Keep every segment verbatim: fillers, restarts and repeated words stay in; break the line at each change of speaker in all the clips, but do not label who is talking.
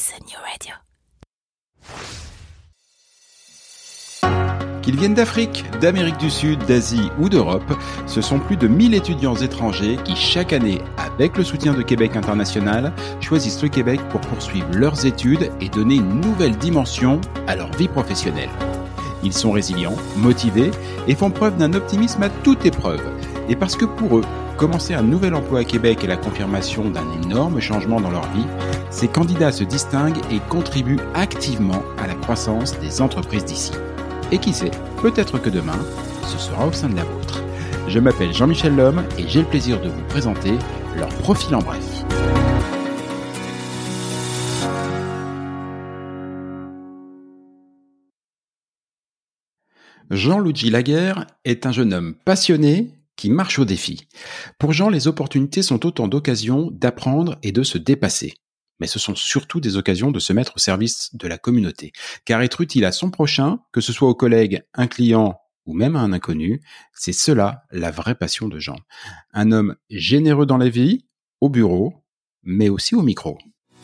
Listen Your Radio.
Qu'ils viennent d'Afrique, d'Amérique du Sud, d'Asie ou d'Europe, ce sont plus de mille étudiants étrangers qui, chaque année, avec le soutien de Québec International, choisissent le Québec pour poursuivre leurs études et donner une nouvelle dimension à leur vie professionnelle. Ils sont résilients, motivés et font preuve d'un optimisme à toute épreuve. Et parce que pour eux, commencer un nouvel emploi à Québec est la confirmation d'un énorme changement dans leur vie, ces candidats se distinguent et contribuent activement à la croissance des entreprises d'ici. Et qui sait, peut-être que demain, ce sera au sein de la vôtre. Je m'appelle Jean-Michel Lhomme et j'ai le plaisir de vous présenter leur profil en bref. Jean-Luigi Laguerre est un jeune homme passionné qui marche au défi. Pour Jean, les opportunités sont autant d'occasions d'apprendre et de se dépasser. Mais ce sont surtout des occasions de se mettre au service de la communauté. Car être utile à son prochain, que ce soit aux collègues, un client ou même à un inconnu, c'est cela la vraie passion de Jean. Un homme généreux dans la vie, au bureau, mais aussi au micro.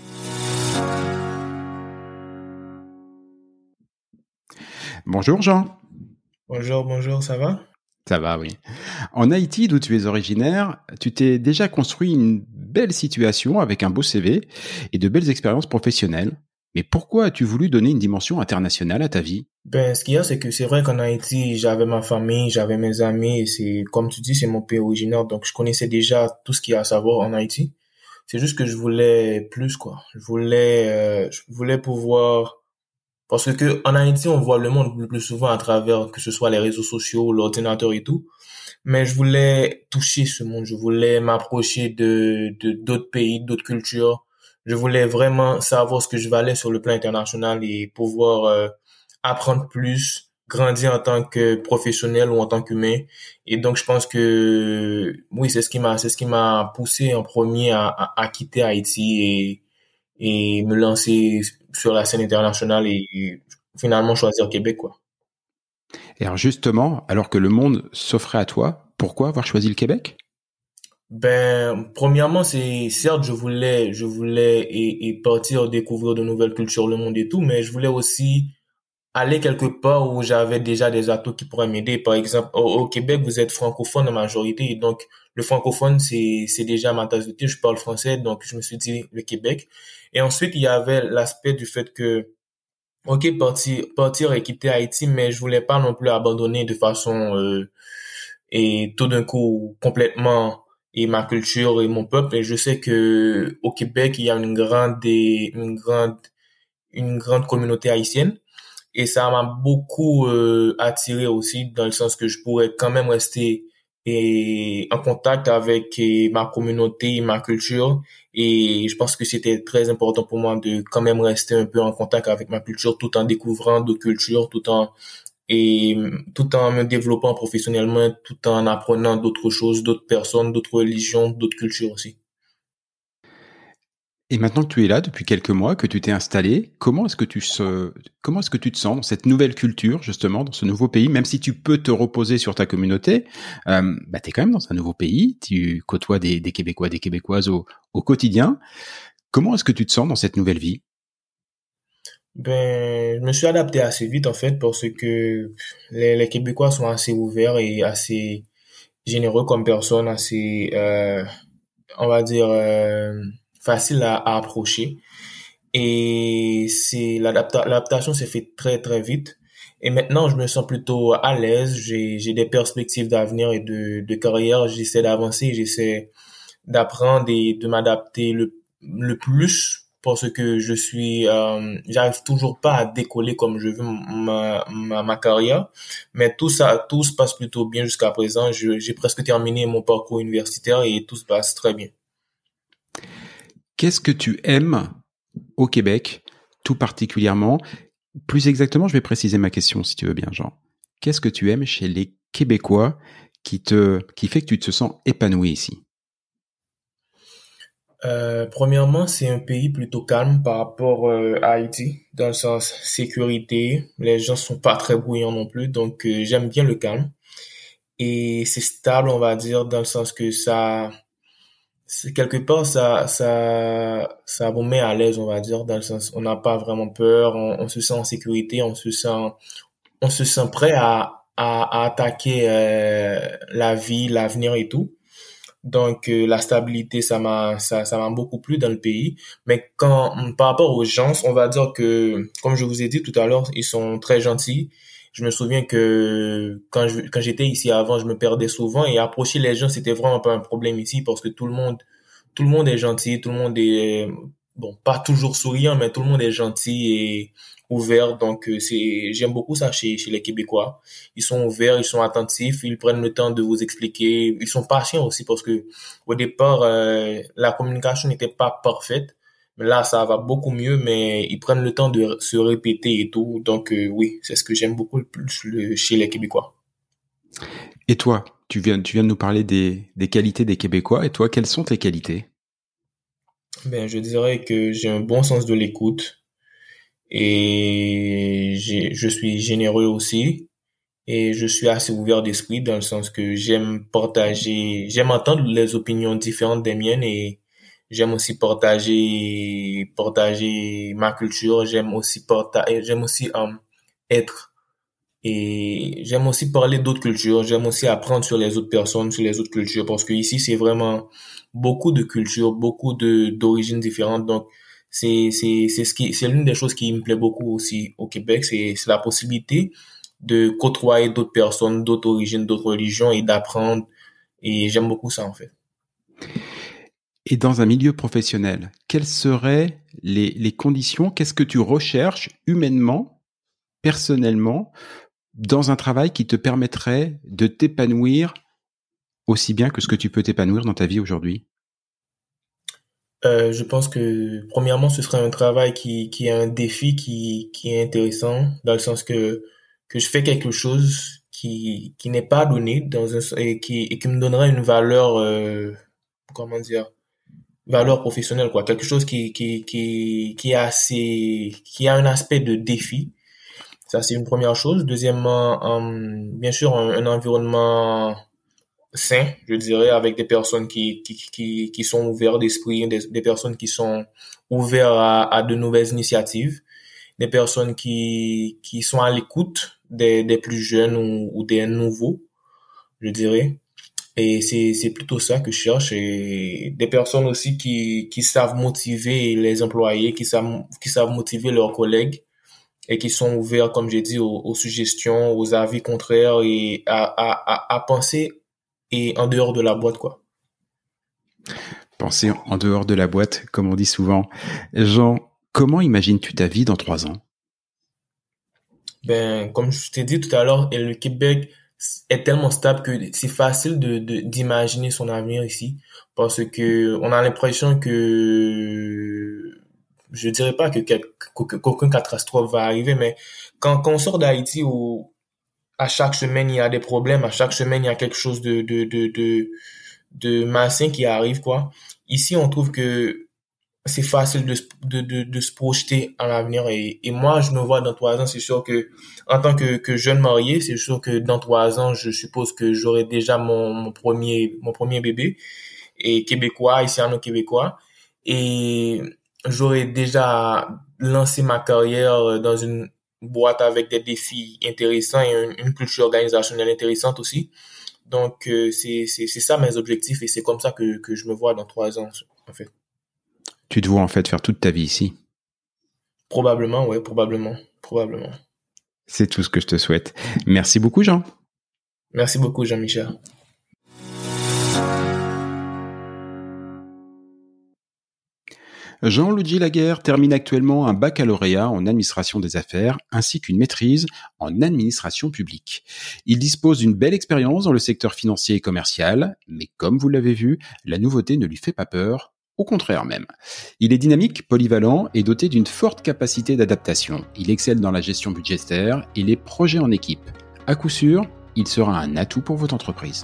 Bonjour Jean.
Bonjour, bonjour, ça va?
Ça va, oui. En Haïti, d'où tu es originaire, tu t'es déjà construit une belle situation avec un beau C V et de belles expériences professionnelles. Mais pourquoi as-tu voulu donner une dimension internationale à ta vie?
Ben, ce qu'il y a, c'est que c'est vrai qu'en Haïti, j'avais ma famille, j'avais mes amis, et c'est, comme tu dis, c'est mon pays originaire, donc je connaissais déjà tout ce qu'il y a à savoir en Haïti. C'est juste que je voulais plus, quoi. Je voulais, euh, je voulais pouvoir, parce que en Haïti, on voit le monde le plus souvent à travers, que ce soit les réseaux sociaux, l'ordinateur et tout. Mais je voulais toucher ce monde, je voulais m'approcher de, de d'autres pays, d'autres cultures. Je voulais vraiment savoir ce que je valais sur le plan international et pouvoir euh, apprendre plus, grandir en tant que professionnel ou en tant qu'humain. Et donc je pense que oui, c'est ce qui m'a c'est ce qui m'a poussé en premier à, à, à quitter Haïti et et me lancer sur la scène internationale et, et finalement choisir Québec, quoi.
Et alors justement, alors que le monde s'offrait à toi, pourquoi avoir choisi le Québec?
Ben, premièrement, c'est certes, je voulais, je voulais et, et partir découvrir de nouvelles cultures, le monde et tout, mais je voulais aussi aller quelque part où j'avais déjà des atouts qui pourraient m'aider. Par exemple, au, au Québec, vous êtes francophone en majorité, et donc le francophone, c'est c'est déjà ma tasse de thé. Je parle français, donc je me suis dit le Québec. Et ensuite, il y avait l'aspect du fait que ok, partir, partir et quitter Haïti, mais je voulais pas non plus abandonner de façon euh, et tout d'un coup complètement et ma culture et mon peuple. Et je sais que au Québec, il y a une grande et une grande une grande communauté haïtienne et ça m'a beaucoup euh, attiré aussi dans le sens que je pourrais quand même rester et en contact avec et ma communauté et ma culture et je pense que c'était très important pour moi de quand même rester un peu en contact avec ma culture tout en découvrant d'autres cultures, tout en et tout en me développant professionnellement, tout en apprenant d'autres choses, d'autres personnes, d'autres religions, d'autres cultures aussi.
Et maintenant que tu es là depuis quelques mois, que tu t'es installé, comment est-ce que tu se, comment est-ce que tu te sens dans cette nouvelle culture, justement, dans ce nouveau pays, même si tu peux te reposer sur ta communauté, euh, bah, t'es quand même dans un nouveau pays, tu côtoies des, des Québécois, des Québécoises au, au quotidien. Comment est-ce que tu te sens dans cette nouvelle vie?
Ben, je me suis adapté assez vite en fait parce que les, les Québécois sont assez ouverts et assez généreux comme personnes, assez, euh, on va dire, euh, facile à, à approcher. Et c'est l'adapta- l'adaptation s'est fait très très vite. Et maintenant, je me sens plutôt à l'aise. J'ai j'ai des perspectives d'avenir et de de carrière. J'essaie d'avancer, j'essaie d'apprendre et de m'adapter le le plus parce que je suis euh, j'arrive toujours pas à décoller comme je veux ma ma, ma carrière. Mais tout ça tout se passe plutôt bien jusqu'à présent. Je, j'ai presque terminé mon parcours universitaire et tout se passe très bien.
Qu'est-ce que tu aimes au Québec, tout particulièrement? Plus exactement, je vais préciser ma question, si tu veux bien, Jean. Qu'est-ce que tu aimes chez les Québécois qui te, qui fait que tu te sens épanoui ici?
Euh, premièrement, c'est un pays plutôt calme par rapport euh, à Haïti, dans le sens sécurité. Les gens sont pas très bruyants non plus, donc euh, j'aime bien le calme. Et c'est stable, on va dire, dans le sens que ça, c'est quelque part ça ça ça vous met à l'aise, on va dire, dans le sens on n'a pas vraiment peur, on, on se sent en sécurité, on se sent on se sent prêt à à, à attaquer euh, la vie, l'avenir et tout. Donc euh, la stabilité, ça m'a ça ça m'a beaucoup plu dans le pays. Mais quand par rapport aux gens, on va dire que comme je vous ai dit tout à l'heure, ils sont très gentils. Je me souviens que quand je quand j'étais ici avant, je me perdais souvent et approcher les gens, c'était vraiment pas un problème ici parce que tout le monde tout le monde est gentil, tout le monde est bon, pas toujours souriant, mais tout le monde est gentil et ouvert. Donc euh, c'est j'aime beaucoup ça chez chez les Québécois. Ils sont ouverts, ils sont attentifs, ils prennent le temps de vous expliquer, ils sont patients aussi parce que au départ euh, la communication n'était pas parfaite. Mais là, ça va beaucoup mieux, mais ils prennent le temps de se répéter et tout. Donc euh, oui, c'est ce que j'aime beaucoup le plus le, chez les Québécois.
Et toi, tu viens, tu viens de nous parler des, des qualités des Québécois. Et toi, quelles sont tes qualités?
Ben, je dirais que j'ai un bon sens de l'écoute et j'ai, je suis généreux aussi et je suis assez ouvert d'esprit dans le sens que j'aime partager, j'aime entendre les opinions différentes des miennes et j'aime aussi partager, partager ma culture. J'aime aussi partager, j'aime aussi um, être et j'aime aussi parler d'autres cultures. J'aime aussi apprendre sur les autres personnes, sur les autres cultures parce que ici c'est vraiment beaucoup de cultures, beaucoup de d'origines différentes. Donc c'est c'est c'est ce qui c'est l'une des choses qui me plaît beaucoup aussi au Québec, c'est c'est la possibilité de côtoyer d'autres personnes, d'autres origines, d'autres religions et d'apprendre. Et j'aime beaucoup ça en fait.
Et dans un milieu professionnel, quelles seraient les, les conditions? Qu'est-ce que tu recherches humainement, personnellement, dans un travail qui te permettrait de t'épanouir aussi bien que ce que tu peux t'épanouir dans ta vie aujourd'hui?
Euh, je pense que premièrement, ce serait un travail qui qui est un défi qui qui est intéressant dans le sens que que je fais quelque chose qui qui n'est pas donné dans un et qui et qui me donnerait une valeur euh, comment dire valeur professionnelle quoi, quelque chose qui qui qui qui est assez qui a un aspect de défi. Ça c'est une première chose. Deuxièmement, hum, bien sûr un, un environnement sain, je dirais, avec des personnes qui qui qui qui sont ouvertes d'esprit, des, des personnes qui sont ouvertes à, à de nouvelles initiatives, des personnes qui qui sont à l'écoute des des plus jeunes ou, ou des nouveaux, je dirais. Et c'est c'est plutôt ça que je cherche et des personnes aussi qui qui savent motiver les employés, qui savent qui savent motiver leurs collègues et qui sont ouverts, comme j'ai dit, aux, aux suggestions, aux avis contraires et à à à, à penser et en dehors de la boîte, quoi.
Penser en dehors de la boîte, comme on dit souvent. Jean, comment imagines-tu ta vie dans trois ans?
Ben, comme je t'ai dit tout à l'heure, le Québec est tellement stable que c'est facile de, de d'imaginer son avenir ici, parce que on a l'impression que je dirais pas que qu'aucune catastrophe va arriver, mais quand, quand on sort d'Haïti où à chaque semaine il y a des problèmes, à chaque semaine il y a quelque chose de de de de de malsain qui arrive quoi. Ici on trouve que c'est facile de de de, de se projeter à l'avenir et et moi je me vois dans trois ans, c'est sûr que en tant que que jeune marié, c'est sûr que dans trois ans je suppose que j'aurai déjà mon mon premier mon premier bébé et québécois, haïtiano-québécois et j'aurais déjà lancé ma carrière dans une boîte avec des défis intéressants et une, une culture organisationnelle intéressante aussi. Donc, euh, c'est, c'est, c'est ça mes objectifs et c'est comme ça que, que je me vois dans trois ans, en fait.
Tu te vois en fait faire toute ta vie ici?
Probablement, ouais, probablement, probablement.
C'est tout ce que je te souhaite. Merci beaucoup, Jean.
Merci beaucoup, Jean-Michel.
Jean-Ludgy Laguerre termine actuellement un baccalauréat en administration des affaires ainsi qu'une maîtrise en administration publique. Il dispose d'une belle expérience dans le secteur financier et commercial, mais comme vous l'avez vu, la nouveauté ne lui fait pas peur, au contraire même. Il est dynamique, polyvalent et doté d'une forte capacité d'adaptation. Il excelle dans la gestion budgétaire et les projets en équipe. À coup sûr, il sera un atout pour votre entreprise.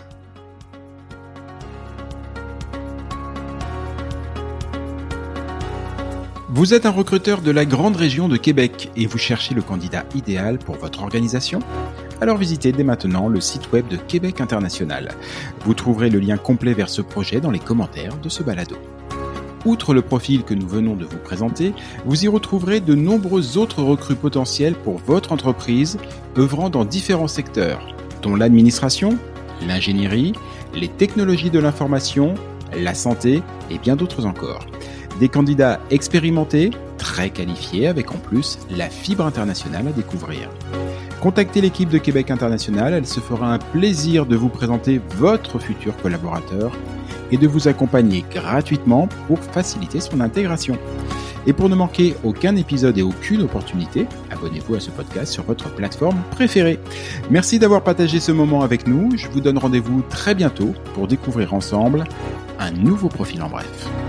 Vous êtes un recruteur de la grande région de Québec et vous cherchez le candidat idéal pour votre organisation ? Alors visitez dès maintenant le site web de Québec International. Vous trouverez le lien complet vers ce projet dans les commentaires de ce balado. Outre le profil que nous venons de vous présenter, vous y retrouverez de nombreuses autres recrues potentielles pour votre entreprise, œuvrant dans différents secteurs, dont l'administration, l'ingénierie, les technologies de l'information, la santé et bien d'autres encore. Des candidats expérimentés, très qualifiés, avec en plus la fibre internationale à découvrir. Contactez l'équipe de Québec International, elle se fera un plaisir de vous présenter votre futur collaborateur et de vous accompagner gratuitement pour faciliter son intégration. Et pour ne manquer aucun épisode et aucune opportunité, abonnez-vous à ce podcast sur votre plateforme préférée. Merci d'avoir partagé ce moment avec nous. Je vous donne rendez-vous très bientôt pour découvrir ensemble un nouveau profil en bref.